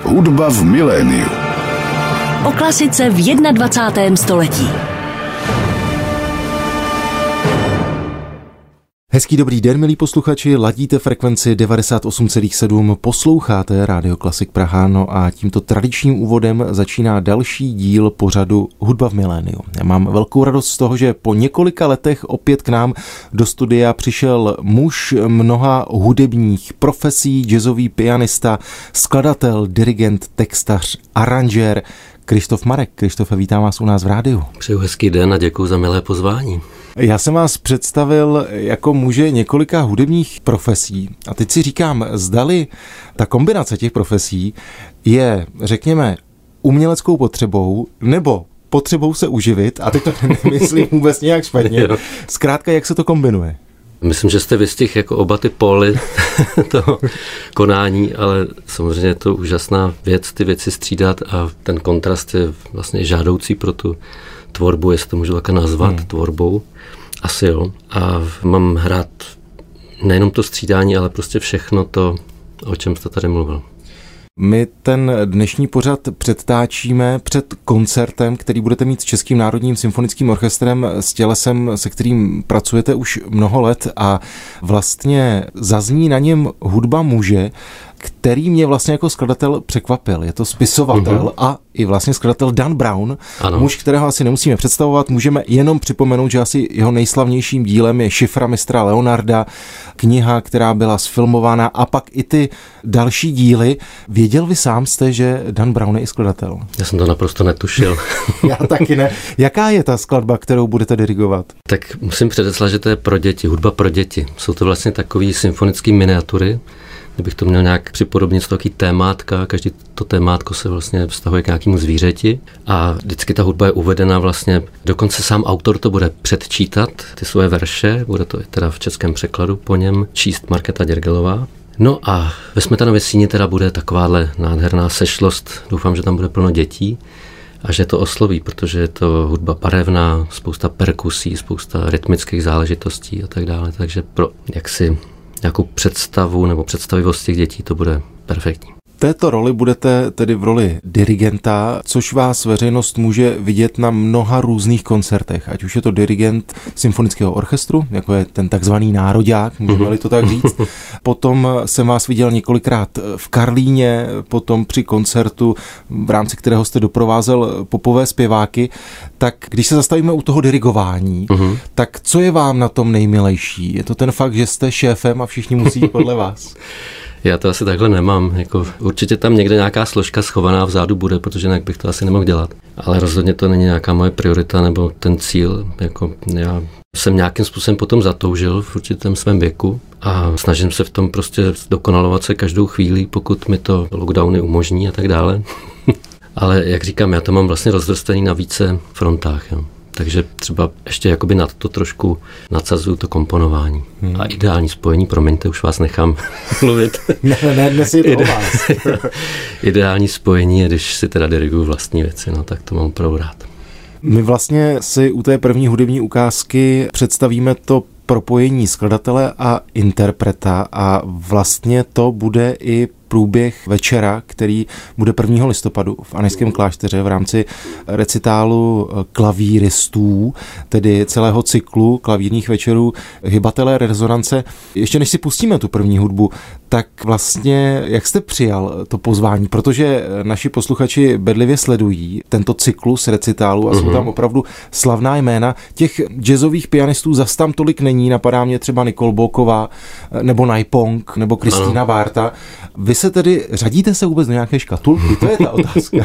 Hudba v miléniu. O klasice v 21. století. Hezký dobrý den, milí posluchači, ladíte frekvenci 98,7, posloucháte Rádio Klasik Praha, no a tímto tradičním úvodem začíná další díl pořadu Hudba v miléniu. Já mám velkou radost z toho, že po několika letech opět k nám do studia přišel muž mnoha hudebních profesí, jazzový pianista, skladatel, dirigent, textař, aranžér, Krištof Marek. Krištofe, vítám vás u nás v rádiu. Přeju hezký den a děkuji za milé pozvání. Já jsem vás představil jako muže několika hudebních profesí a teď si říkám, zdali ta kombinace těch profesí je, řekněme, uměleckou potřebou nebo potřebou se uživit, a teď to nemyslím vůbec nějak špatně, zkrátka, jak se to kombinuje? Myslím, že jste vystihl jako oba ty póly toho konání, ale samozřejmě je to úžasná věc, ty věci střídat a ten kontrast je vlastně žádoucí pro tu tvorbu, jestli to můžu také nazvat tvorbou. Asi jo. A mám rád nejenom to střídání, ale prostě všechno to, o čem jste tady mluvil. My ten dnešní pořad předtáčíme před koncertem, který budete mít s Českým národním symfonickým orchestrem, s tělesem, se kterým pracujete už mnoho let, a vlastně zazní na něm hudba muže, který mě vlastně jako skladatel překvapil. Je to spisovatel a i vlastně skladatel Dan Brown, ano. Muž, kterého asi nemusíme představovat, můžeme jenom připomenout, že asi jeho nejslavnějším dílem je Šifra mistra Leonarda, kniha, která byla sfilmována, a pak i ty další díly. Věděl vy sám jste, že Dan Brown je i skladatel? Já jsem to naprosto netušil. Já taky ne. Jaká je ta skladba, kterou budete dirigovat? Tak musím předeslat, že to je pro děti, hudba pro děti. Jsou to vlastně takové symfonické miniatury. Kdybych to měl nějak připodobnit, to taky témátka, každý to témátko se vlastně vztahuje k nějakému zvířeti a vždycky ta hudba je uvedena vlastně, dokonce sám autor to bude předčítat, ty svoje verše, bude to teda v českém překladu po něm číst Markéta Děrgelová. No a ve Smetanově síni teda bude takováhle nádherná sešlost, doufám, že tam bude plno dětí a že to osloví, protože je to hudba barevná, spousta perkusí, spousta rytmických záležitostí a tak dále, takže pro jaksi nějakou představu nebo představivost těch dětí to bude perfektní. V této roli budete tedy v roli dirigenta, což vás veřejnost může vidět na mnoha různých koncertech, ať už je to dirigent symfonického orchestru, jako je ten takzvaný nároďák, můžeme-li to tak říct. Potom jsem vás viděl několikrát v Karlíně, potom při koncertu, v rámci kterého jste doprovázel popové zpěváky. Tak když se zastavíme u toho dirigování, tak co je vám na tom nejmilejší? Je to ten fakt, že jste šéfem a všichni musí podle vás? Já to asi takhle nemám. Jako, určitě tam někde nějaká složka schovaná vzadu bude, protože jinak bych to asi nemohl dělat. Ale rozhodně to není nějaká moje priorita nebo ten cíl. Jako, já jsem nějakým způsobem potom zatoužil v určitém svém věku a snažím se v tom prostě dokonalovat se každou chvíli, pokud mi to lockdowny umožní a tak dále. Ale jak říkám, já to mám vlastně rozvrstvený na více frontách. Jo. Takže třeba ještě jakoby nad to trošku nadsazuju to komponování. A ideální spojení, promiňte, už vás nechám mluvit. Ne, dnes je to o vás. Ideální spojení je, když si teda diriguju vlastní věci, no tak to mám opravdu rád. My vlastně si u té první hudební ukázky představíme to propojení skladatele a interpreta a vlastně to bude i průběh večera, který bude 1. listopadu v Anežském klášteře v rámci recitálu klavíristů, tedy celého cyklu klavírních večerů Hybatelé rezonance. Ještě než si pustíme tu první hudbu, tak vlastně jak jste přijal to pozvání, protože naši posluchači bedlivě sledují tento cyklus recitálu a jsou tam opravdu slavná jména. Těch jazzových pianistů zas tam tolik není, napadá mě třeba Nicole Bolková nebo Naipong nebo Kristýna Bárta. Vy se tedy řadíte se vůbec do nějaké škatulky? To je ta otázka.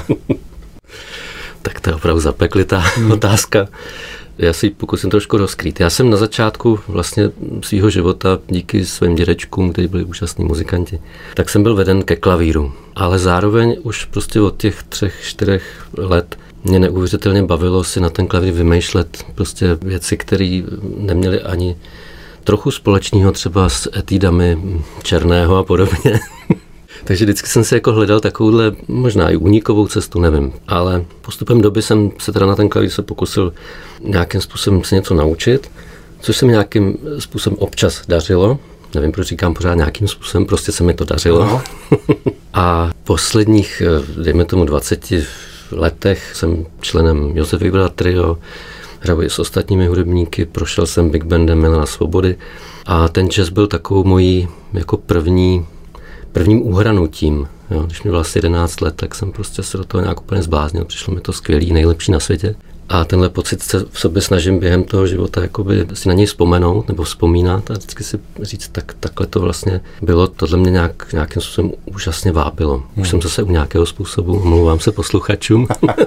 Tak to je opravdu zapeklitá otázka. Já si pokusím trošku rozkrýt. Já jsem na začátku vlastně svýho života díky svým dědečkům, kteří byli úžasní muzikanti, tak jsem byl veden ke klavíru. Ale zároveň už prostě od těch 3-4 let mě neuvěřitelně bavilo si na ten klavír vymýšlet prostě věci, které neměly ani trochu společného třeba s etídami Černého a podobně. Takže vždycky jsem si jako hledal takovouhle možná i únikovou cestu, nevím. Ale postupem doby jsem se teda na ten klavír se pokusil nějakým způsobem se něco naučit, což se mi nějakým způsobem občas dařilo. Nevím, proč říkám pořád nějakým způsobem, prostě se mi to dařilo. A v posledních, dejme tomu 20 letech jsem členem Josef Vybral Trio, hraju i s ostatními hudebníky, prošel jsem Big Bandem Milana Svobody a ten jazz byl takovou mojí jako prvním uhranutím. Jo. Když mi bylo asi 11 let, tak jsem prostě se do toho nějak úplně zbláznil, přišlo mi to skvělý, nejlepší na světě. A tenhle pocit se v sobě snažím během toho života jakoby si na něj vzpomenout nebo vzpomínat a vždycky si říct, takhle to vlastně bylo, tohle mě nějakým způsobem úžasně vábilo. Už jsem zase u nějakého způsobu, omlouvám se posluchačům.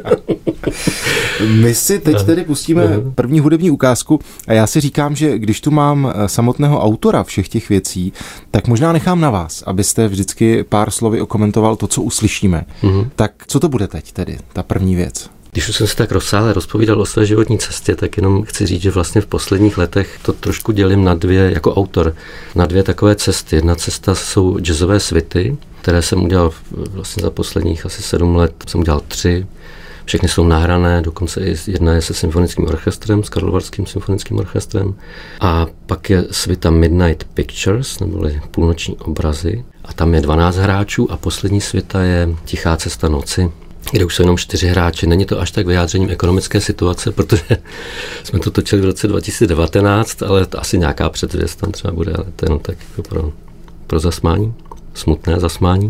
My si teď tedy pustíme první hudební ukázku a já si říkám, že když tu mám samotného autora všech těch věcí, tak možná nechám na vás, abyste vždycky pár slovy okomentoval to, co uslyšíme. Tak co to bude teď tedy, ta první věc? Když už jsem si tak rozsáhle rozpovídal o své životní cestě, tak jenom chci říct, že vlastně v posledních letech to trošku dělím na dvě, jako autor, na dvě takové cesty. Jedna cesta jsou jazzové svity, které jsem udělal vlastně za posledních asi 7 let, jsem udělal 3. Všechny jsou nahrané, dokonce i jedna je se symfonickým orchestrem, s Karlovarským symfonickým orchestrem. A pak je svita Midnight Pictures, neboli půlnoční obrazy. A tam je 12 hráčů a poslední svita je Tichá cesta noci, kde už jsou jenom 4 hráči. Není to až tak vyjádřením ekonomické situace, protože jsme to točili v roce 2019, ale to asi nějaká předzvěst tam třeba bude, ale to je jenom tak jako pro zasmání, smutné zasmání.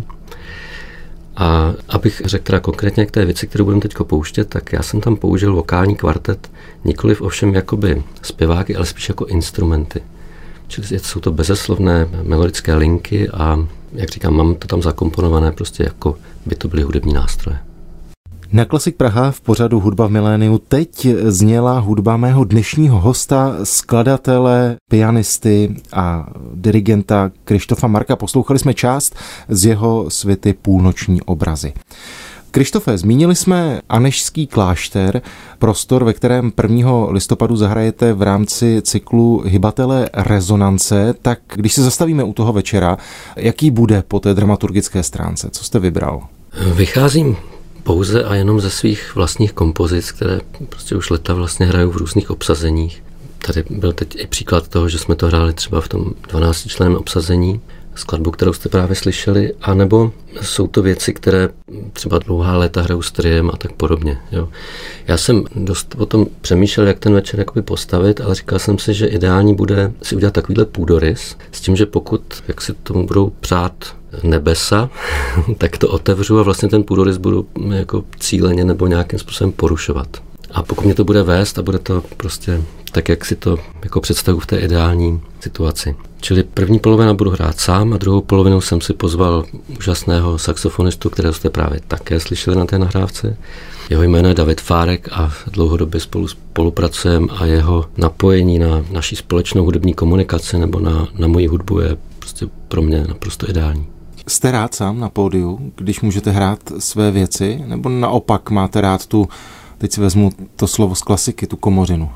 A abych řekl teda konkrétně k té věci, kterou budeme teď pouštět, tak já jsem tam použil vokální kvartet, nikoliv ovšem jakoby zpěváky, ale spíš jako instrumenty. Čili jsou to bezeslovné melodické linky a jak říkám, mám to tam zakomponované prostě jako by to byly hudební nástroje. Na Klasik Praha v pořadu Hudba v miléniu teď zněla hudba mého dnešního hosta, skladatele, pianisty a dirigenta Krištofa Marka. Poslouchali jsme část z jeho svity Půlnoční obrazy. Krištofe, zmínili jsme Anežský klášter, prostor, ve kterém 1. listopadu zahrajete v rámci cyklu Hybatelé rezonance. Tak když se zastavíme u toho večera, jaký bude po té dramaturgické stránce? Co jste vybral? Vycházím pouze a jenom ze svých vlastních kompozic, které prostě už leta vlastně hraju v různých obsazeních. Tady byl teď i příklad toho, že jsme to hráli třeba v tom 12členném obsazení, skladbu, kterou jste právě slyšeli, anebo jsou to věci, které třeba dlouhá léta hraju s triem a tak podobně. Jo. Já jsem dost o tom přemýšlel, jak ten večer jakoby postavit, ale říkal jsem si, že ideální bude si udělat takovýhle půdorys, s tím, že pokud, jak si tomu budou přát nebesa, tak to otevřu a vlastně ten půdorys budu jako cíleně nebo nějakým způsobem porušovat. A pokud mě to bude vést a bude to prostě tak, jak si to jako představu v té ideální situaci. Čili první polovina budu hrát sám a druhou polovinu jsem si pozval úžasného saxofonistu, kterého jste právě také slyšeli na té nahrávce. Jeho jméno je David Fárek a dlouhodobě spolupracujeme a jeho napojení na naší společnou hudební komunikaci nebo na moji hudbu je prostě pro mě naprosto ideální. Jste rád sám na pódiu, když můžete hrát své věci, nebo naopak máte rád tu, teď si vezmu to slovo z klasiky, tu komořinu?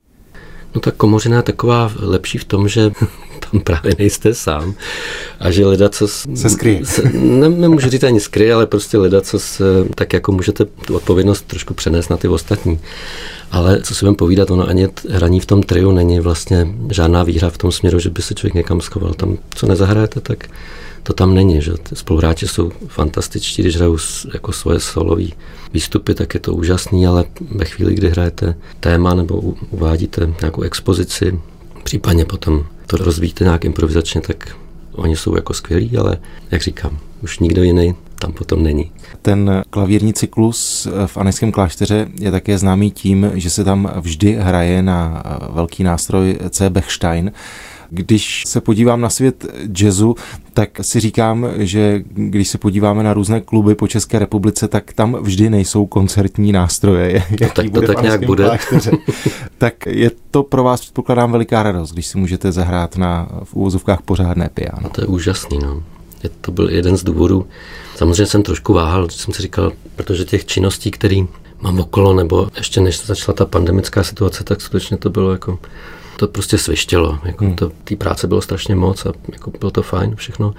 No tak komořina je taková lepší v tom, že tam právě nejste sám a že ledacos se skryje. Nemůžu říct ani skryje, ale prostě ledacos tak jako můžete tu odpovědnost trošku přenést na ty ostatní. Ale co si budeme povídat, ono ani hraní v tom triu není vlastně žádná výhra v tom směru, že by se člověk někam schoval. Tam, co nezahrajete, tak to tam není. Že? Spoluhráči jsou fantastičtí, když hrajou jako svoje solový výstupy, tak je to úžasný, ale ve chvíli, kdy hrajete téma nebo uvádíte nějakou expozici, případně potom to rozvíjíte nějak improvizačně, tak oni jsou jako skvělí, ale jak říkám, už nikdo jiný tam potom není. Ten klavírní cyklus v Anežském klášteře je také známý tím, že se tam vždy hraje na velký nástroj C. Bechstein. Když se podívám na svět jazzu, tak si říkám, že když se podíváme na různé kluby po České republice, tak tam vždy nejsou koncertní nástroje. To tak nějak bude. Tak je to pro vás, předpokládám, veliká radost, když si můžete zahrát v úvozovkách pořádné piano. To je úžasný, no. To byl jeden z důvodů. Samozřejmě jsem trošku váhal, jsem si říkal, protože těch činností, které mám okolo, nebo ještě než začala ta pandemická situace, tak skutečně to bylo jako, to prostě svištělo. Jako té práce bylo strašně moc a jako bylo to fajn všechno.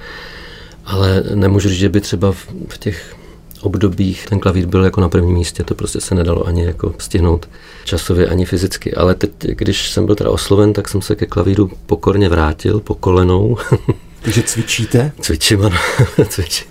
Ale nemůžu říct, že by třeba v těch obdobích ten klavír byl jako na prvním místě, to prostě se nedalo ani jako stihnout časově, ani fyzicky. Ale teď, když jsem byl teda osloven, tak jsem se ke klavíru pokorně vrátil, po kolenou. Takže cvičíte? Cvičím, ano. Cvičím,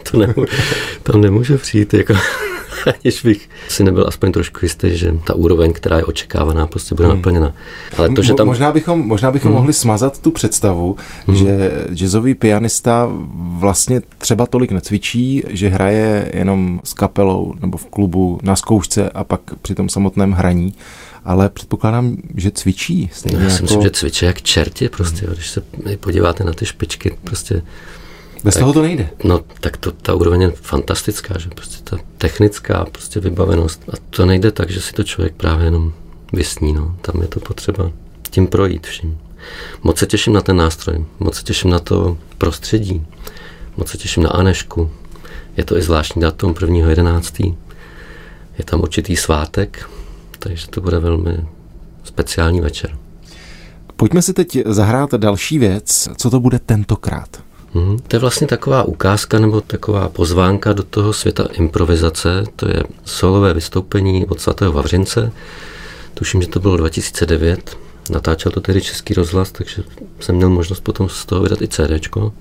to nemůžu přijít, jako, aniž bych si nebyl aspoň trošku jistý, že ta úroveň, která je očekávaná, prostě bude naplněna. Ale to, že tam... Možná bychom mohli smazat tu představu, že jazzový pianista vlastně třeba tolik necvičí, že hraje jenom s kapelou nebo v klubu na zkoušce a pak při tom samotném hraní. Ale předpokládám, že cvičí. Já si myslím, že cvičí jak čerti prostě, když se podíváte na ty špičky, prostě... Bez toho to nejde. No, tak ta úroveň je fantastická, že prostě ta technická prostě vybavenost. A to nejde tak, že si to člověk právě jenom vysní, no. Tam je to potřeba tím projít vším. Moc se těším na ten nástroj, moc se těším na to prostředí, moc se těším na Anežku. Je to i zvláštní datum 1.11. Je tam určitý svátek, takže to bude velmi speciální večer. Pojďme si teď zahrát další věc. Co to bude tentokrát? To je vlastně taková ukázka nebo taková pozvánka do toho světa improvizace. To je solové vystoupení od svatého Vavřince. Tuším, že to bylo 2009. Natáčel to tedy Český rozhlas, takže jsem měl možnost potom z toho vydat i CDčko.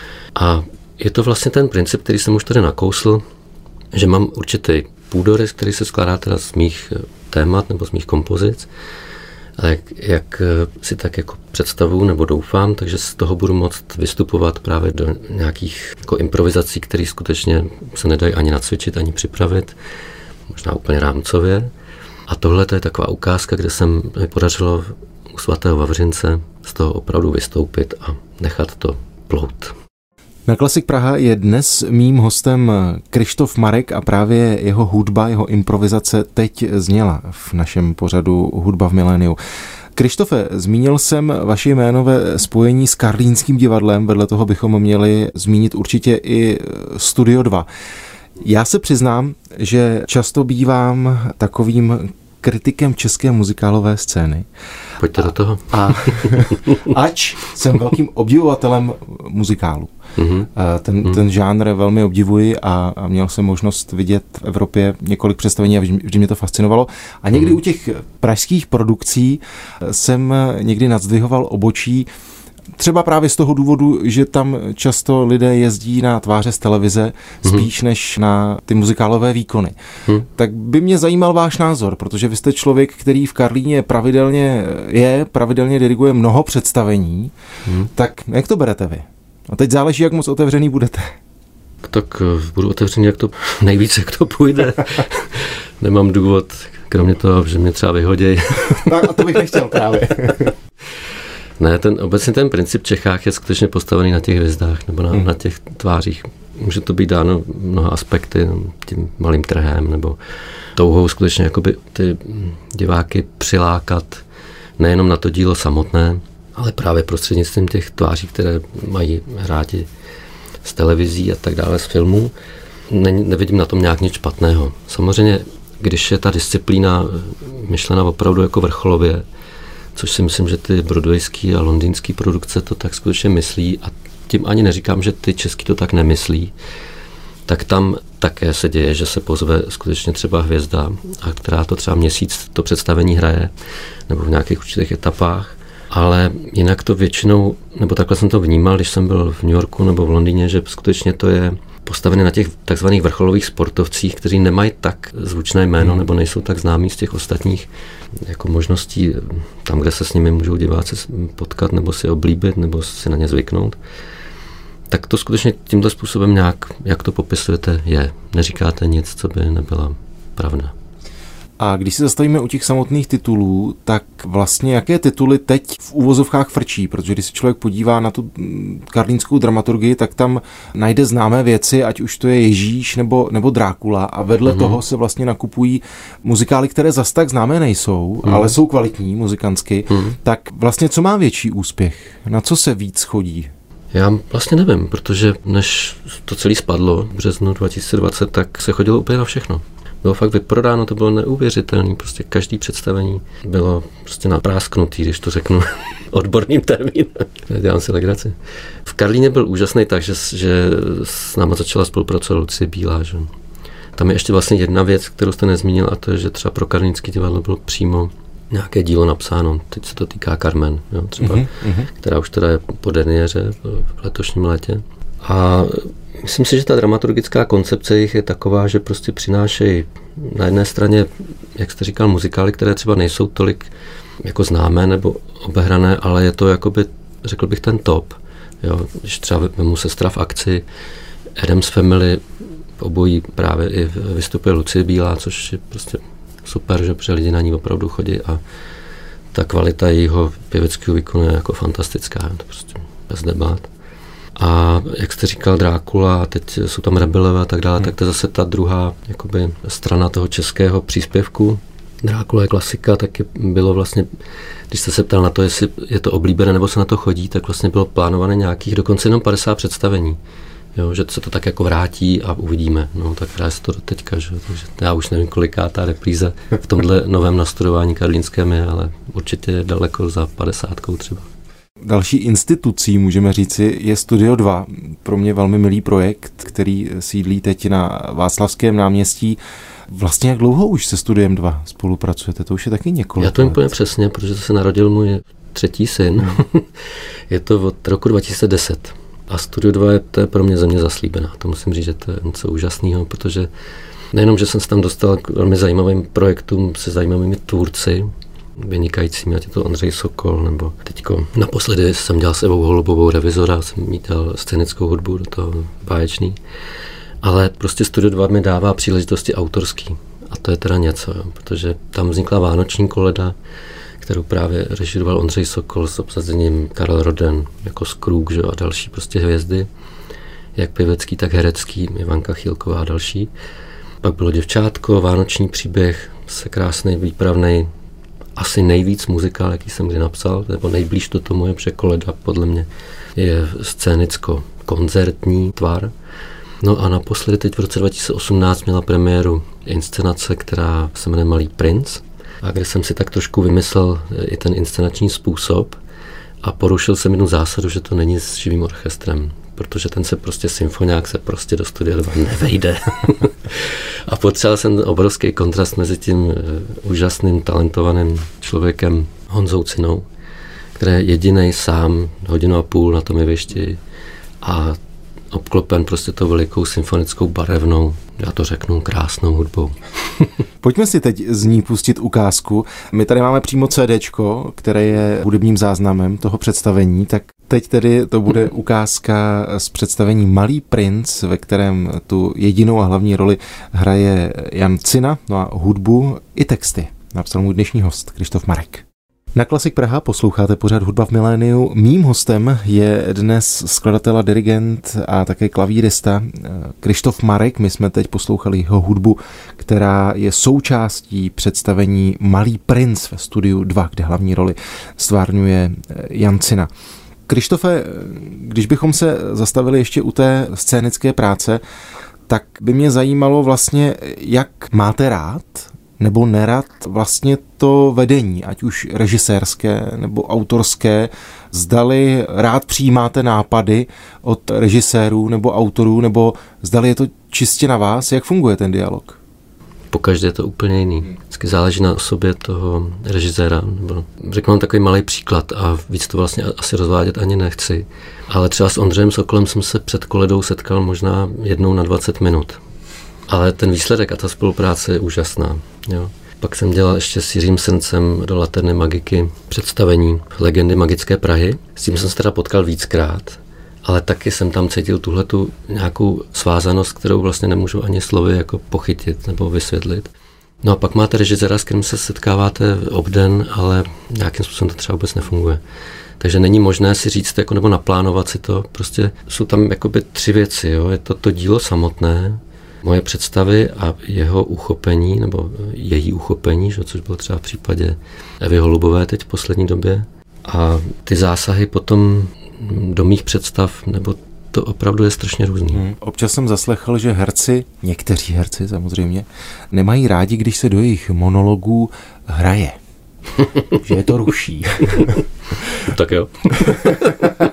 A je to vlastně ten princip, který jsem už tady nakousl, že mám určitý půdorys, který se skládá teda z mých témat nebo z mých kompozic. Ale jak si tak jako představuju nebo doufám, takže z toho budu moct vystupovat právě do nějakých jako improvizací, které skutečně se nedají ani nacvičit, ani připravit, možná úplně rámcově. A tohle to je taková ukázka, kde se mi podařilo u svatého Vavřince z toho opravdu vystoupit a nechat to plout. Na Klasik Praha je dnes mým hostem Kryštof Marek a právě jeho hudba, jeho improvizace teď zněla v našem pořadu Hudba v miléniu. Kryštofe, zmínil jsem vaše jméno ve spojení s Karlínským divadlem, vedle toho bychom měli zmínit určitě i Studio 2. Já se přiznám, že často bývám takovým kritikem české muzikálové scény. Pojďte do toho. Ač jsem velkým obdivovatelem muzikálu. Ten žánr velmi obdivuji a měl jsem možnost vidět v Evropě několik představení a vždy mě to fascinovalo. A někdy u těch pražských produkcí jsem někdy nadzvihoval obočí, třeba právě z toho důvodu, že tam často lidé jezdí na tváře z televize spíš než na ty muzikálové výkony. Tak by mě zajímal váš názor, protože vy jste člověk, který v Karlíně pravidelně diriguje mnoho představení. Tak jak to berete vy? A teď záleží, jak moc otevřený budete. Tak budu otevřený, jak to půjde. Nemám důvod, kromě toho, že mě třeba vyhoděj. Tak a to bych nechtěl právě. Ne, obecně ten princip v Čechách je skutečně postavený na těch hvězdách nebo na těch tvářích. Může to být dáno mnoha aspekty, tím malým trhem nebo touhou skutečně jakoby ty diváky přilákat nejenom na to dílo samotné, ale právě prostřednictvím těch tváří, které mají rádi z televizí a tak dále, z filmů. Nevidím na tom nějak nic špatného. Samozřejmě, když je ta disciplína myšlena opravdu jako vrcholově, což si myslím, že ty broadwayský a londýnský produkce to tak skutečně myslí a tím ani neříkám, že ty český to tak nemyslí, tak tam také se děje, že se pozve skutečně třeba hvězda, a která to třeba měsíc to představení hraje, nebo v nějakých určitých etapách, ale jinak to většinou, nebo takhle jsem to vnímal, když jsem byl v New Yorku nebo v Londýně, že skutečně to je postavené na těch takzvaných vrcholových sportovcích, kteří nemají tak zvučné jméno nebo nejsou tak známí z těch ostatních jako možností, tam, kde se s nimi můžou diváci potkat nebo si oblíbit nebo si na ně zvyknout. Tak to skutečně tímto způsobem nějak, jak to popisujete, je. Neříkáte nic, co by nebyla pravda. A když se zastavíme u těch samotných titulů, tak vlastně jaké tituly teď v uvozovkách frčí? Protože když se člověk podívá na tu karlínskou dramaturgii, tak tam najde známé věci, ať už to je Ježíš nebo Drákula a vedle toho se vlastně nakupují muzikály, které zas tak známé nejsou, ale jsou kvalitní muzikantsky. Tak vlastně co má větší úspěch? Na co se víc chodí? Já vlastně nevím, protože než to celé spadlo v březnu 2020, tak se chodilo úplně na všechno. Bylo fakt vyprodáno, to bylo neuvěřitelné, prostě každý představení bylo prostě naprásknutý, když to řeknu odborným termínem. Dělám si legraci. V Karlíně byl úžasný tak, že s náma začala spolupracovat Lucie Bílá. Že? Tam je ještě vlastně jedna věc, kterou jste nezmínil, a to je, že třeba pro Karlínský divadlo bylo přímo nějaké dílo napsáno. Teď se to týká Carmen, jo, třeba, která už teda je po derniéře v letošním létě. A myslím si, že ta dramaturgická koncepce jich je taková, že prostě přinášejí na jedné straně, jak jste říkal, muzikály, které třeba nejsou tolik jako známé nebo obehrané, ale je to jakoby, řekl bych, ten top. Jo, když třeba vemu Sestra v akci, Addams Family, obojí právě i vystupuje Lucie Bílá, což je prostě super, že protože lidi na ní opravdu chodí a ta kvalita jejího pěveckého výkonu je jako fantastická, to prostě bez debat. A jak jste říkal, Drákula, teď jsou tam Rebelové a tak dále, tak to je zase ta druhá jakoby strana toho českého příspěvku. Drákula je klasika, taky bylo vlastně, když jste se ptal na to, jestli je to oblíbené nebo se na to chodí, tak vlastně bylo plánované nějakých dokonce jenom 50 představení. Jo, že se to tak jako vrátí a uvidíme. No tak hraje se to do teďka, že? Takže já už nevím, koliká ta repríza v tomhle novém nastudování karlínském je, ale určitě je daleko za 50 třeba. Další institucí, můžeme říci, je Studio 2. Pro mě velmi milý projekt, který sídlí teď na Václavském náměstí. Vlastně jak dlouho už se Studiem 2 spolupracujete? To už je taky několik. Já to úplně přesně, protože se narodil můj 3. syn. Je to od roku 2010. A Studio 2 to je pro mě země zaslíbená. To musím říct, že to je něco úžasného, protože nejenom, že jsem se tam dostal k velmi zajímavým projektům se zajímavými tvůrci, vynikajícími, ať je to Ondřej Sokol, nebo teďko naposledy jsem dělal s Evou Holubovou Revizora, jsem mítal scénickou hudbu do toho báječný. Ale prostě Studio 2 mi dává příležitosti autorský. A to je teda něco, jo, protože tam vznikla Vánoční koleda, kterou právě režíroval Ondřej Sokol s obsazením Karel Roden, jako Skrůg, že, a další prostě hvězdy, jak pěvecký, tak herecký, Ivanka Chýlková a další. Pak bylo Děvčátko, Vánoční příběh, se krásný, výpravnej, asi nejvíc muzikál, jaký jsem kdy napsal, nebo nejblíž to tomu je, protože koleda podle mě je scénicko-koncertní tvar. No a naposledy teď v roce 2018 měla premiéru inscenace, která se jmenuje Malý princ, a kde jsem si tak trošku vymyslel i ten inscenační způsob a porušil jsem jednu zásadu, že to není s živým orchestrem, protože ten se prostě symfoniák se prostě do Studia 2 nevejde. A potřeboval jsem obrovský kontrast mezi tím úžasným, talentovaným člověkem Honzou Cinou, který je jedinej sám 1,5 hodiny na tom jevišti a obklopen prostě tou velikou symfonickou barevnou, já to řeknu, krásnou hudbou. Pojďme si teď z ní pustit ukázku. My tady máme přímo CDčko, které je hudebním záznamem toho představení, tak teď tedy to bude ukázka z představení Malý princ, ve kterém tu jedinou a hlavní roli hraje Jan Cina, no a hudbu i texty napsal můj dnešní host Krištof Marek. Na Klasik Praha posloucháte pořad Hudba v miléniu. Mým hostem je dnes skladatel a dirigent a také klavírista Krištof Marek. My jsme teď poslouchali jeho hudbu, která je součástí představení Malý princ ve Studiu 2, kde hlavní roli stvárňuje Jan Cina. Krištofe, když bychom se zastavili ještě u té scénické práce, tak by mě zajímalo vlastně, jak máte rád nebo nerad vlastně to vedení, ať už režisérské nebo autorské, zdali rád přijímáte nápady od režisérů nebo autorů, nebo zdali je to čistě na vás, jak funguje ten dialog? Pokaždé je to úplně jiný. Vždycky záleží na osobě toho režiséra. Nebo řeknu vám takový malý příklad a víc to vlastně asi rozvádět ani nechci. Ale třeba s Ondřejem Sokolem jsem se před koledou setkal možná jednou na 20 minut. Ale ten výsledek a ta spolupráce je úžasná. Jo. Pak jsem dělal ještě s Jiřím Srncem do Laterny Magiky představení Legendy magické Prahy. S tím jsem se teda potkal víckrát, ale taky jsem tam cítil tuhletu nějakou svázanost, kterou vlastně nemůžu ani slovy jako pochytit nebo vysvětlit. No a pak máte režiséra, s kterým se setkáváte obden, ale nějakým způsobem to třeba vůbec nefunguje. Takže není možné si říct jako, nebo naplánovat si to. Prostě jsou tam jakoby 3 věci. Jo. Je to dílo samotné, moje představy a jeho uchopení, nebo její uchopení, což bylo třeba v případě Evy Holubové teď v poslední době. A ty zásahy potom do mých představ, nebo to opravdu je strašně různý. Občas jsem zaslechl, že herci, někteří herci samozřejmě, nemají rádi, když se do jejich monologů hraje. Že je to ruší. Tak jo.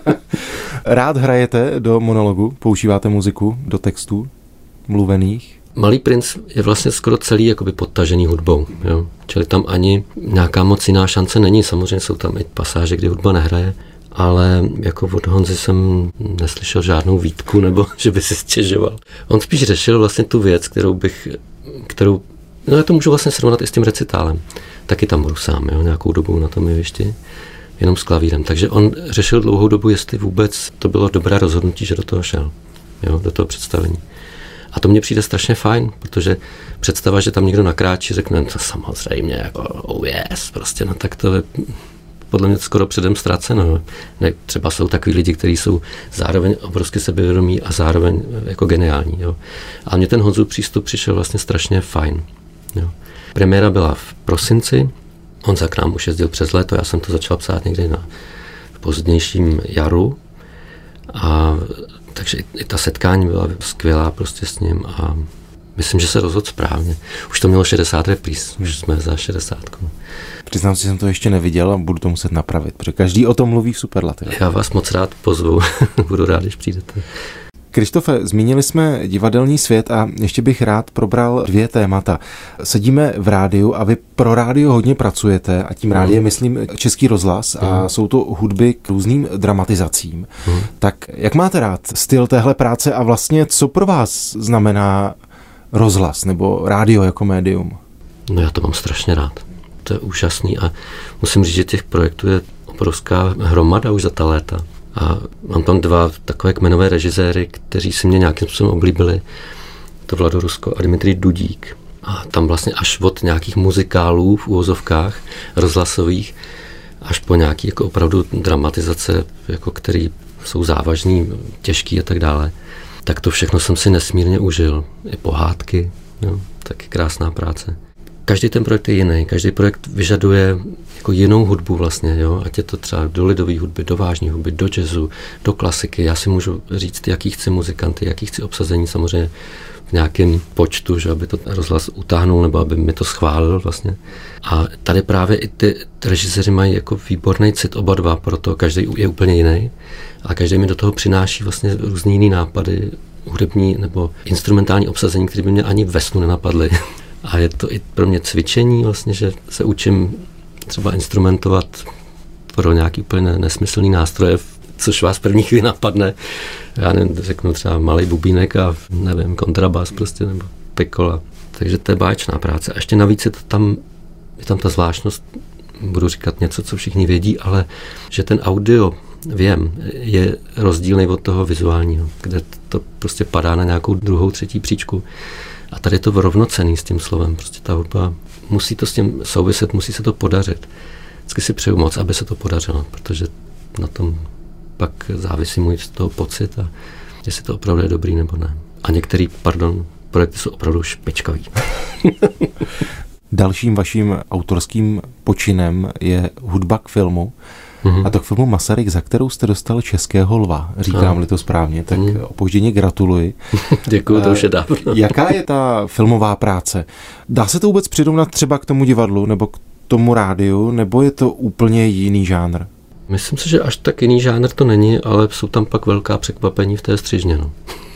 Rád hrajete do monologu? Používáte muziku do textů mluvených? Malý princ je vlastně skoro celý jakoby podtažený hudbou, jo? Čili tam ani nějaká moc jiná šance není. Samozřejmě jsou tam i pasáže, kdy hudba nehraje, ale jako od Honzy jsem neslyšel žádnou výtku, nebo že by si stěžoval. On spíš řešil vlastně tu věc, kterou no já to můžu vlastně srovnat i s tím recitálem. Taky tam budu sám, jo? Nějakou dobu na tom jevišti, jenom s klavírem. Takže on řešil dlouhou dobu, jestli vůbec to bylo dobré rozhodnutí, že do toho šel, jo? Do toho představení. A to mně přijde strašně fajn, protože představa, že tam někdo nakráčí, řekne, to samozřejmě, jako oh yes, prostě, no tak to je podle mě skoro předem ztraceno. Ne, třeba jsou takový lidi, kteří jsou zároveň obrovsky sebevědomí a zároveň jako geniální. Jo. A mně ten Honzův přístup přišel vlastně strašně fajn. Jo. Premiéra byla v prosinci, Honza k nám už jezdil přes léto, já jsem to začal psát někdy na pozdějším jaru. A takže i ta setkání byla skvělá prostě s ním a myslím, že se rozhodl správně. Už to mělo 60 repríz, už jsme za 60. Přiznám si, že jsem to ještě neviděl a budu to muset napravit, protože každý o tom mluví v superlativech. Já vás moc rád pozvu, budu rád, když přijdete. Krištofe, zmínili jsme divadelní svět a ještě bych rád probral 2 témata. Sedíme v rádiu a vy pro rádio hodně pracujete a tím rádiem myslím Český rozhlas a jsou to hudby k různým dramatizacím. Tak jak máte rád styl téhle práce a vlastně co pro vás znamená rozhlas nebo rádio jako médium? No já to mám strašně rád. To je úžasný a musím říct, že těch projektů je obrovská hromada už za ta léta. A mám tam 2 takové kmenové režiséry, kteří si mě nějakým způsobem oblíbili. To Vlado Rusko a Dimitrij Dudík. A tam vlastně až od nějakých muzikálů v uvozovkách rozhlasových, až po nějaký jako opravdu dramatizace, jako který jsou závažný, těžký a tak dále. Tak to všechno jsem si nesmírně užil. I pohádky, jo, taky krásná práce. Každý ten projekt je jiný, každý projekt vyžaduje jako jinou hudbu vlastně, jo? Ať je to třeba do lidové hudby, do vážné hudby, do jazzu, do klasiky. Já si můžu říct, jaký chci muzikanty, jaký chci obsazení, samozřejmě v nějakém počtu, že aby to rozhlas utáhnul nebo aby mi to schválil vlastně. A tady právě i ty režiséři mají jako výborný cit oba dva, proto každý je úplně jiný a každý mi do toho přináší vlastně různý jiný nápady, hudební nebo instrumentální obsazení, které by mě ani ve snu nenapadly. A je to i pro mě cvičení vlastně, že se učím třeba instrumentovat pro nějaký úplně nesmyslný nástroje, což vás první chvíli napadne. Já nevím, řeknu třeba malý bubínek a nevím, kontrabas prostě, nebo pikola. Takže to je báječná práce. A ještě navíc je tam ta zvláštnost, budu říkat něco, co všichni vědí, ale že ten audio věm je rozdílný od toho vizuálního, kde to prostě padá na nějakou druhou, třetí příčku. A tady je to rovnocenný s tím slovem. Prostě ta hudba musí to s tím souviset, musí se to podařit. Vždycky si přeju moc, aby se to podařilo, protože na tom pak závisí můj z toho pocit a jestli to opravdu je dobrý nebo ne. A některé, projekty jsou opravdu špičkavý. Dalším vaším autorským počinem je hudba k filmu. A to k filmu Masaryk, za kterou jste dostal Českého lva, říkám-li to správně, tak opožděně gratuluji. Děkuju, to už je dávno. Jaká je ta filmová práce? Dá se to vůbec přirovnat třeba k tomu divadlu nebo k tomu rádiu, nebo je to úplně jiný žánr? Myslím si, že až tak jiný žánr to není, ale jsou tam pak velká překvapení v té střižně. No.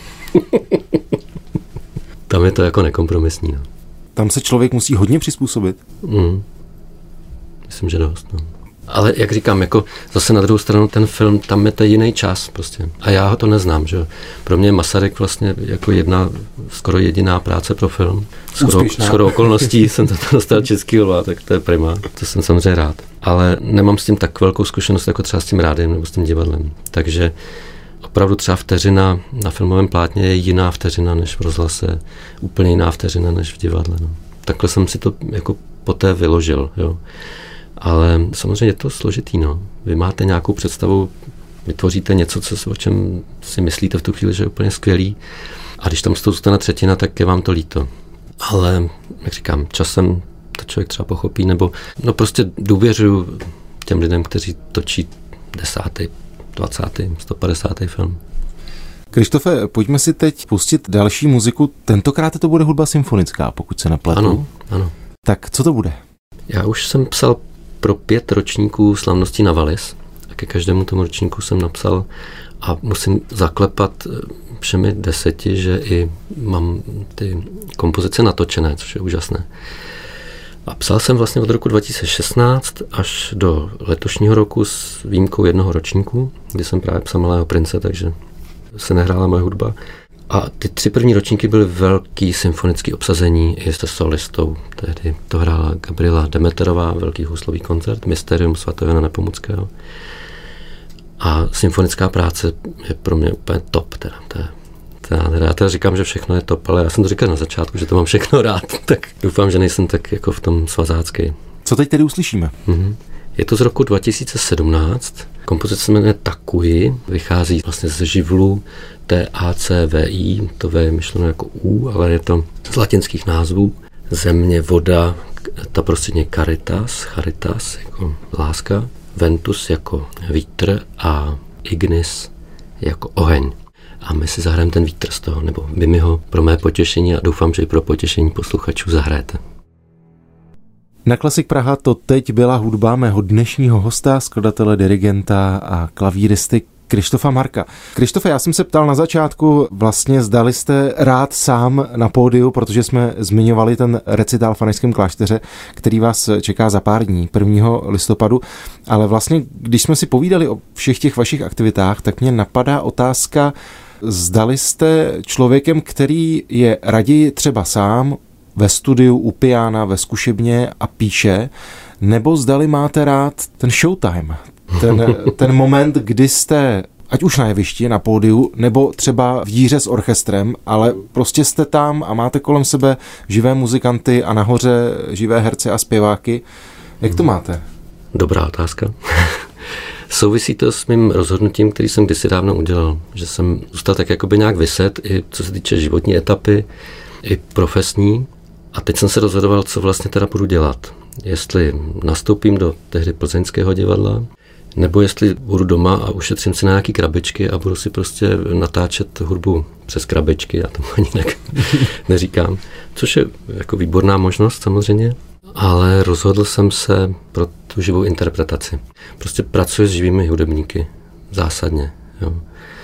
Tam je to jako nekompromisní. No. Tam se člověk musí hodně přizpůsobit? Myslím, že dost. No. Ale jak říkám, jako zase na druhou stranu ten film, tam je to jiný čas prostě. A já ho to neznám, že pro mě je Masaryk vlastně jako skoro jediná práce pro film. Skoro okolností jsem to dostal Český lva, tak to je prima. To jsem samozřejmě rád. Ale nemám s tím tak velkou zkušenost jako třeba s tím rádiem nebo s tím divadlem. Takže opravdu třeba vteřina na filmovém plátně je jiná vteřina než v rozhlase, úplně jiná vteřina než v divadle. No. Takhle jsem si to jako poté vyložil, jo. Ale samozřejmě je to složitý, no. Vy máte nějakou představu, vytvoříte něco, o čem si myslíte v tu chvíli, že je úplně skvělý. A když tam z toho zůstane třetina, tak je vám to líto. Ale, jak říkám, časem to člověk třeba pochopí, nebo prostě důvěřuju těm lidem, kteří točí 10., 20., 150. film. Krištofe, pojďme si teď pustit další muziku. Tentokrát to bude hudba symfonická, pokud se nepletu. Ano. Tak co to bude? Já už jsem psal pro 5 ročníků Slavností na Wallis a ke každému tomu ročníku jsem napsal a musím zaklepat všemi 10, že i mám ty kompozice natočené, což je úžasné. A psal jsem vlastně od roku 2016 až do letošního roku s výjimkou jednoho ročníku, kdy jsem právě psal Malého prince, takže se nehrála moje hudba. A ty 3 první ročníky byly velký symfonický obsazení i se solistou. Tehdy to hrála Gabriela Demeterová, velký houslový koncert, Mysterium sv. Jana Nepomuckého. A symfonická práce je pro mě úplně top. Já teda říkám, že všechno je top, ale já jsem to říkal na začátku, že to mám všechno rád, tak doufám, že nejsem tak jako v tom svazácký. Co teď tedy uslyšíme? Je to z roku 2017. Kompozice se jmenuje Takuji, vychází vlastně z živlu TACVI, to V je myšleno jako U, ale je to z latinských názvů. Země, voda, ta prostředně charitas jako láska, ventus jako vítr a ignis jako oheň. A my si zahrajeme ten vítr z toho, nebo vy mi ho pro mé potěšení a doufám, že i pro potěšení posluchačů zahrajete. Na Klasik Praha to teď byla hudba mého dnešního hosta, skladatele, dirigenta a klavíristy Krištofa Marka. Krištofe, já jsem se ptal na začátku, vlastně zdali jste rád sám na pódiu, protože jsme zmiňovali ten recitál v Fanešském klášteře, který vás čeká za pár dní, 1. listopadu, ale vlastně, když jsme si povídali o všech těch vašich aktivitách, tak mě napadá otázka, zdali jste člověkem, který je raději třeba sám ve studiu, u piana, ve zkušebně a píše, nebo zdali máte rád ten showtime, ten moment, kdy jste, ať už na jevišti, na pódiu, nebo třeba v díře s orchestrem, ale prostě jste tam a máte kolem sebe živé muzikanty a nahoře živé herce a zpěváky. Jak to máte? Dobrá otázka. Souvisí to s mým rozhodnutím, který jsem kdysi dávno udělal, že jsem zůstal tak jakoby nějak viset, i co se týče životní etapy, i profesní. A teď jsem se rozhodoval, co vlastně teda budu dělat. Jestli nastoupím do tehdy Plzeňského divadla, nebo jestli budu doma a ušetřím si na nějaký krabičky a budu si prostě natáčet hudbu přes krabičky, já tomu ani neříkám. Což je jako výborná možnost samozřejmě, ale rozhodl jsem se pro tu živou interpretaci. Prostě pracuji s živými hudebníky, zásadně. Jo.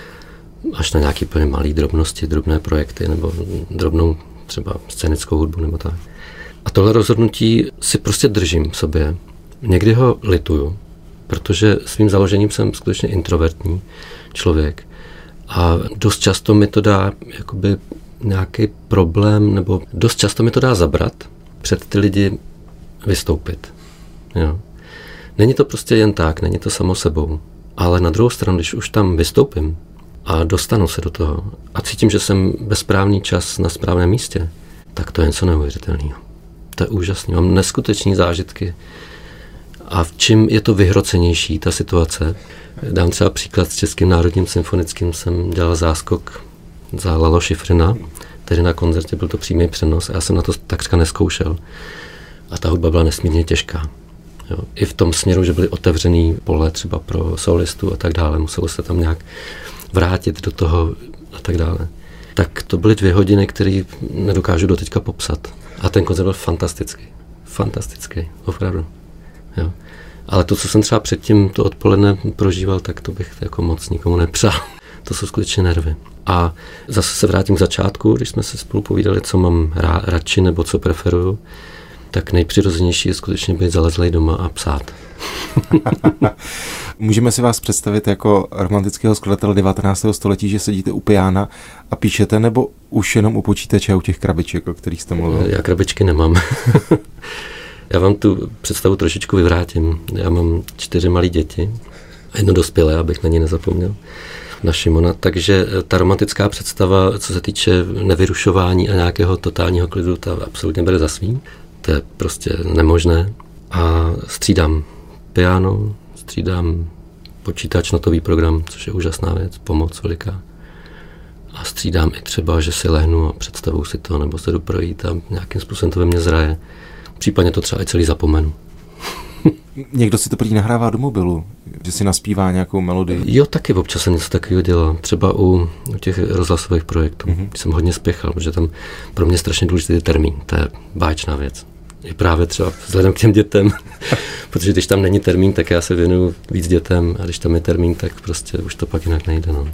Až na nějaký plně malý drobnosti, drobné projekty nebo drobnou třeba scénickou hudbu nebo tak. A tohle rozhodnutí si prostě držím v sobě. Někdy ho lituju, protože svým založením jsem skutečně introvertní člověk a dost často mi to dá jakoby nějaký problém, nebo dost často mi to dá zabrat před ty lidi vystoupit. Jo. Není to prostě jen tak, není to samo sebou, ale na druhou stranu, když už tam vystoupím a dostanu se do toho a cítím, že jsem ve správný čas na správném místě, tak to je něco neuvěřitelného. To je úžasné, mám neskutečné zážitky. A v čím je to vyhrocenější, ta situace? Dám třeba příklad s Českým národním symfonickým, jsem dělal záskok za Lalo Schifrina, tedy na koncertě byl to přímý přenos a já jsem na to takřka neskoušel. A ta hudba byla nesmírně těžká. Jo. I v tom směru, že byly otevřený pole třeba pro solistu a tak dále, muselo se tam nějak vrátit do toho a tak dále. Tak to byly 2 hodiny, které nedokážu doteďka popsat. A ten koncert byl fantastický. Fantastický, opravdu. Jo. Ale to, co jsem třeba předtím to odpoledne prožíval, tak to bych jako moc nikomu nepřál. To jsou skutečně nervy. A zase se vrátím k začátku, když jsme se spolu povídali, co mám radši nebo co preferuju, tak nejpřirozenější je skutečně být zalezlej doma a psát. Můžeme si vás představit jako romantického skladatele 19. století, že sedíte u piana a píšete, nebo už jenom u počítače a u těch krabiček, o kterých jste mluvil? Já krabičky nemám. Já vám tu představu trošičku vyvrátím. Já mám 4 malé děti a 1 dospělé, abych na ně nezapomněl, na Šimona. Takže ta romantická představa, co se týče nevyrušování a nějakého totálního klidu, ta absolutně bere za svým. To je prostě nemožné. A střídám piano, střídám počítač, notový program, což je úžasná věc, pomoc veliká. A střídám i třeba, že si lehnu a představuji si to, nebo se jdu projít a nějakým způsobem to ve mně zraje. Případně to třeba i celý zapomenu. Někdo si to prý nahrává do mobilu, že si naspívá nějakou melodii. Jo, taky občas jsem něco takového dělal. Třeba u těch rozhlasových projektů. Jsem hodně spěchal, protože tam pro mě strašně důležitý termín. To je báječná věc. I právě třeba vzhledem k těm dětem. Protože když tam není termín, tak já se věnuju víc dětem a když tam je termín, tak prostě už to pak jinak nejde. No.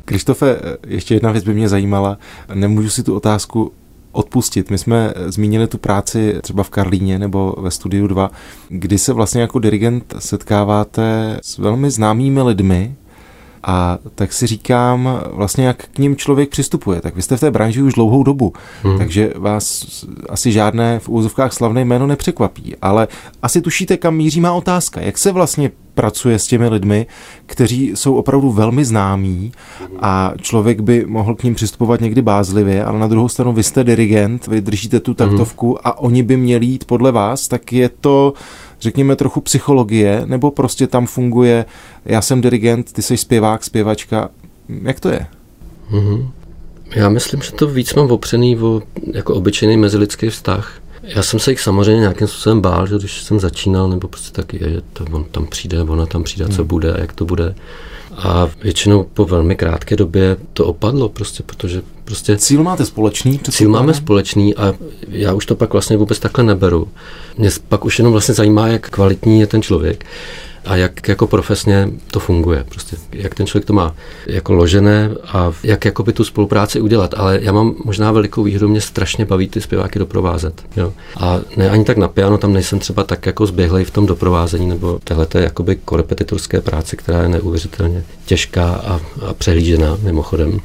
Krištofe, ještě jedna věc by mě zajímala. Nemůžu si tu otázku odpustit. My jsme zmínili tu práci třeba v Karlíně nebo ve Studiu 2, kdy se vlastně jako dirigent setkáváte s velmi známými lidmi a tak si říkám vlastně, jak k ním člověk přistupuje. Tak vy jste v té branži už dlouhou dobu, takže vás asi žádné v úvozovkách slavné jméno nepřekvapí, ale asi tušíte, kam míří má otázka. Jak se vlastně pracuje s těmi lidmi, kteří jsou opravdu velmi známí a člověk by mohl k ním přistupovat někdy bázlivě, ale na druhou stranu vy jste dirigent, vy držíte tu taktovku a oni by měli jít podle vás, tak je to, řekněme, trochu psychologie, nebo prostě tam funguje, já jsem dirigent, ty jsi zpěvák, zpěvačka, jak to je? Já myslím, že to víc mám opřený o jako obyčejný mezilidský vztah. Já jsem se jich samozřejmě nějakým způsobem bál, že když jsem začínal, nebo prostě taky, že to on tam přijde, ona tam přijde, co bude a jak to bude. A většinou po velmi krátké době to opadlo prostě, protože prostě... Cíl máte společný? Cíl máme společný a já už to pak vlastně vůbec takhle neberu. Mě pak už jenom vlastně zajímá, jak kvalitní je ten člověk a jak jako profesně to funguje. Prostě jak ten člověk to má jako ložené a jak jakoby tu spolupráci udělat. Ale já mám možná velikou výhodu, mě strašně baví ty zpěváky doprovázet. Jo. A ne ani tak na piano, tam nejsem třeba tak jako zběhlej v tom doprovázení, nebo téhleté jakoby korepetitorské práce, která je neuvěřitelně těžká a přehlížená mimochodem.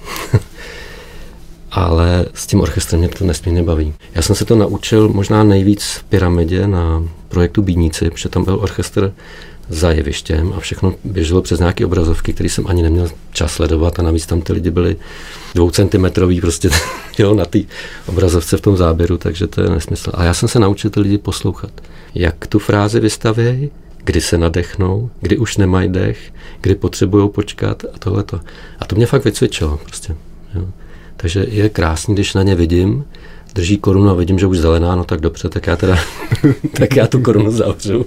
Ale s tím orchestrem mě to nesmírně baví. Já jsem se to naučil možná nejvíc v Pyramidě na projektu Bídníci, protože tam byl orchestr za jevištěm a všechno běželo přes nějaké obrazovky, které jsem ani neměl čas sledovat a navíc tam ty lidi byli 2 centimetrový prostě jo, na té obrazovce v tom záběru, takže to je nesmysl. A já jsem se naučil ty lidi poslouchat. Jak tu frázi vystavějí, kdy se nadechnou, kdy už nemají dech, kdy potřebují počkat a tohleto. A to mě fakt vycvičilo prostě. Jo. Takže je krásný, když na ně vidím, drží korunu a vidím, že už zelená, no tak dobře, tak já teda tak já tu korunu zavřu.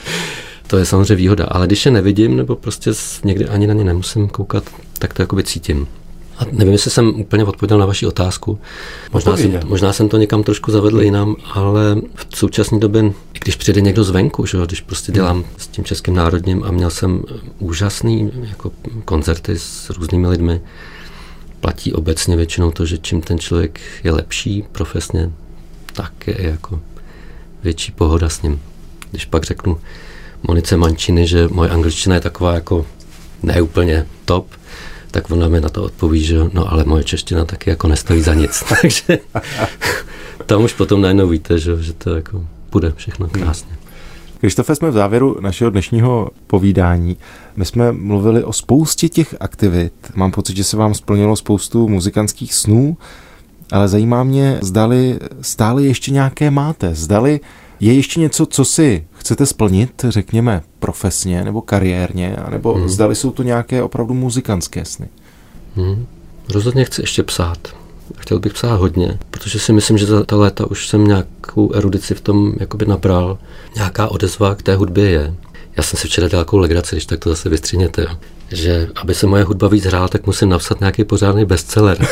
To je samozřejmě výhoda, ale když je nevidím, nebo prostě někdy ani na ně nemusím koukat, tak to jakoby cítím. A nevím, jestli jsem úplně odpověděl na vaši otázku. Možná jsem to někam trošku zavedl jinam, ale v současné době, když přijde někdo zvenku, že, když prostě dělám s tím Českým národním a měl jsem úžasný jako koncerty s různými lidmi, platí obecně většinou to, že čím ten člověk je lepší profesně, tak je jako větší pohoda s ním. Když pak řeknu Monice Mančiny, že moje angličtina je taková jako neúplně top, tak ona mi na to odpoví, že no ale moje čeština taky jako nestojí za nic. Takže tam už potom najednou víte, že to jako bude všechno krásně. Krištofe, jsme v závěru našeho dnešního povídání. My jsme mluvili o spoustě těch aktivit. Mám pocit, že se vám splnilo spoustu muzikantských snů, ale zajímá mě, zdali stále ještě nějaké máte. Zdali je ještě něco, co si chcete splnit, řekněme, profesně nebo kariérně, anebo zdali jsou to nějaké opravdu muzikantské sny? Rozhodně chci ještě psát. Chtěl bych psát hodně, protože si myslím, že za ta léta už jsem nějakou erudici v tom jakoby nabral. Nějaká odezva k té hudbě je. Já jsem si včera dělal takovou legraci, když tak to zase vystřihněte, že aby se moje hudba víc hrála, tak musím napsat nějaký pořádný bestseller.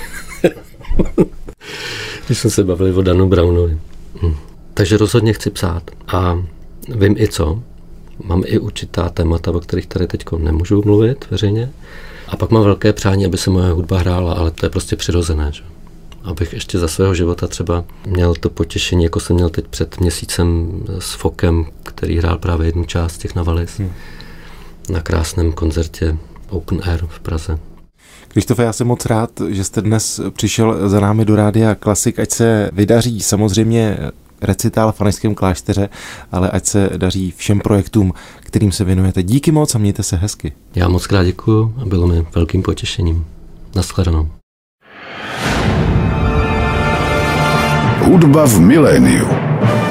Když jsme se bavili o Danu Brownovi. Takže rozhodně chci psát a vím i co. Mám i určitá témata, o kterých tady teď nemůžu mluvit veřejně. A pak mám velké přání, aby se moje hudba hrála, ale to je prostě přirozené. Že? Abych ještě za svého života třeba měl to potěšení, jako jsem měl teď před měsícem s Fokem, který hrál právě jednu část těch Navalis na krásném koncertě Open Air v Praze. Krištofe, já jsem moc rád, že jste dnes přišel za námi do Rádia Klasik, ať se vydaří samozřejmě recitál v Fanešském klášteře, ale ať se daří všem projektům, kterým se věnujete. Díky moc a mějte se hezky. Já moc krát děkuju a bylo mi velkým potěšením. Naschledanou. Hudba v miléniu.